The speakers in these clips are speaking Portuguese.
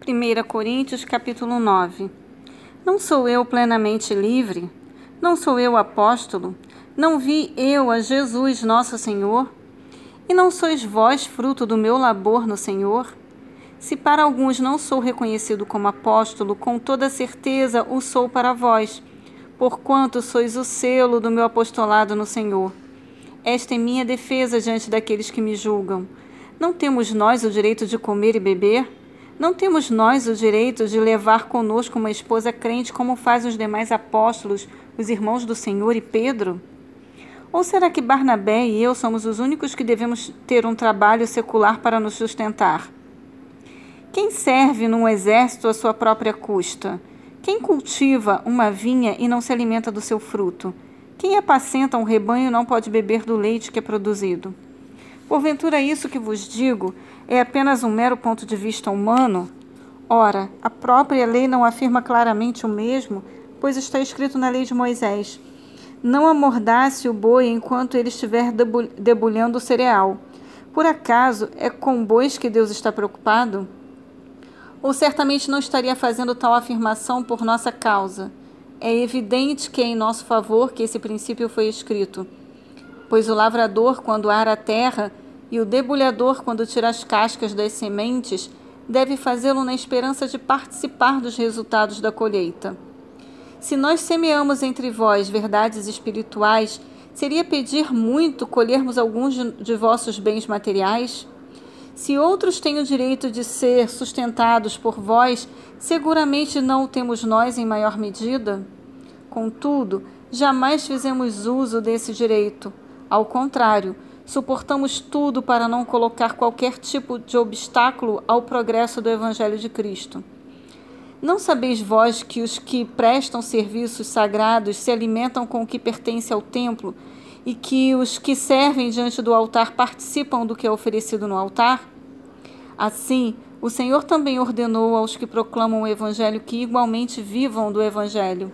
1 Coríntios capítulo 9. Não sou eu plenamente livre? Não sou eu apóstolo? Não vi eu a Jesus nosso Senhor? E não sois vós fruto do meu labor no Senhor? Se para alguns não sou reconhecido como apóstolo, com toda certeza o sou para vós, porquanto sois o selo do meu apostolado no Senhor. Esta é minha defesa diante daqueles que me julgam. Não temos nós o direito de comer e beber? Não temos nós o direito de levar conosco uma esposa crente como fazem os demais apóstolos, os irmãos do Senhor e Pedro? Ou será que Barnabé e eu somos os únicos que devemos ter um trabalho secular para nos sustentar? Quem serve num exército à sua própria custa? Quem cultiva uma vinha e não se alimenta do seu fruto? Quem apacenta um rebanho não pode beber do leite que é produzido? Porventura isso que vos digo é apenas um mero ponto de vista humano? Ora, a própria lei não afirma claramente o mesmo, pois está escrito na lei de Moisés: não amordace o boi enquanto ele estiver debulhando o cereal. Por acaso é com bois que Deus está preocupado? Ou certamente não estaria fazendo tal afirmação por nossa causa? É evidente que é em nosso favor que esse princípio foi escrito. Pois o lavrador, quando ara a terra, e o debulhador, quando tira as cascas das sementes, deve fazê-lo na esperança de participar dos resultados da colheita. Se nós semeamos entre vós verdades espirituais, seria pedir muito colhermos alguns de vossos bens materiais? Se outros têm o direito de ser sustentados por vós, seguramente não o temos nós em maior medida? Contudo, jamais fizemos uso desse direito. Ao contrário, suportamos tudo para não colocar qualquer tipo de obstáculo ao progresso do Evangelho de Cristo. Não sabeis vós que os que prestam serviços sagrados se alimentam com o que pertence ao templo e que os que servem diante do altar participam do que é oferecido no altar? Assim, o Senhor também ordenou aos que proclamam o Evangelho que igualmente vivam do Evangelho.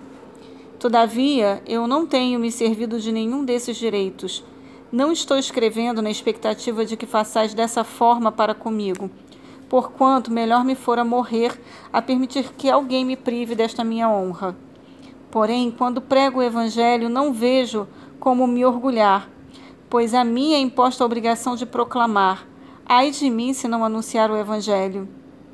Todavia, eu não tenho me servido de nenhum desses direitos. Não estou escrevendo na expectativa de que façais dessa forma para comigo, porquanto melhor me fora morrer a permitir que alguém me prive desta minha honra. Porém, quando prego o Evangelho, não vejo como me orgulhar, pois a mim é imposta a obrigação de proclamar. Ai de mim se não anunciar o Evangelho.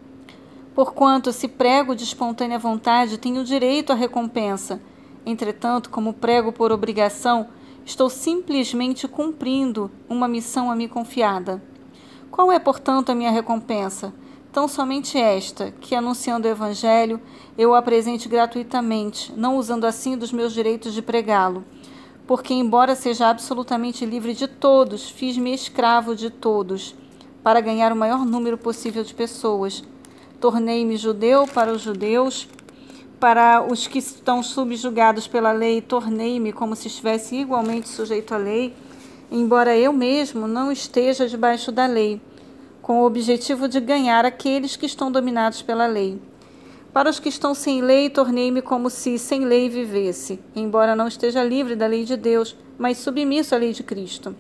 Porquanto, se prego de espontânea vontade, tenho direito à recompensa. Entretanto, como prego por obrigação, estou simplesmente cumprindo uma missão a mim confiada. Qual é, portanto, a minha recompensa? Tão somente esta, que anunciando o Evangelho, eu o apresente gratuitamente, não usando assim dos meus direitos de pregá-lo. Porque, embora seja absolutamente livre de todos, fiz-me escravo de todos, para ganhar o maior número possível de pessoas. Tornei-me judeu para os judeus. Para os que estão subjugados pela lei, tornei-me como se estivesse igualmente sujeito à lei, embora eu mesmo não esteja debaixo da lei, com o objetivo de ganhar aqueles que estão dominados pela lei. Para os que estão sem lei, tornei-me como se sem lei vivesse, embora não esteja livre da lei de Deus, mas submisso à lei de Cristo,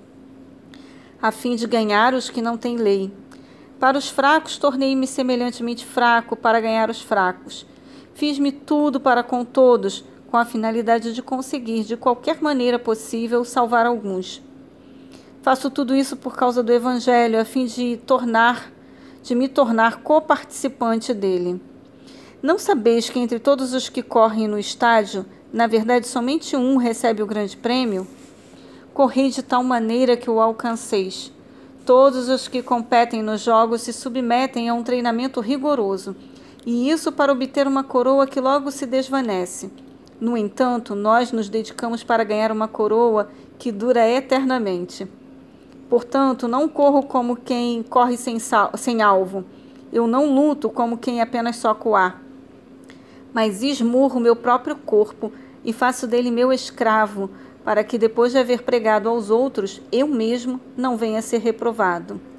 a fim de ganhar os que não têm lei. Para os fracos, tornei-me semelhantemente fraco para ganhar os fracos. Fiz-me tudo para com todos, com a finalidade de conseguir, de qualquer maneira possível, salvar alguns. Faço tudo isso por causa do Evangelho, a fim de me tornar coparticipante dele. Não sabeis que entre todos os que correm no estádio, na verdade somente um recebe o grande prêmio? Correi de tal maneira que o alcanceis. Todos os que competem nos jogos se submetem a um treinamento rigoroso, e isso para obter uma coroa que logo se desvanece. No entanto, nós nos dedicamos para ganhar uma coroa que dura eternamente. Portanto, não corro como quem corre sem alvo. Eu não luto como quem apenas soca o ar. Mas esmurro meu próprio corpo e faço dele meu escravo, para que depois de haver pregado aos outros, eu mesmo não venha a ser reprovado.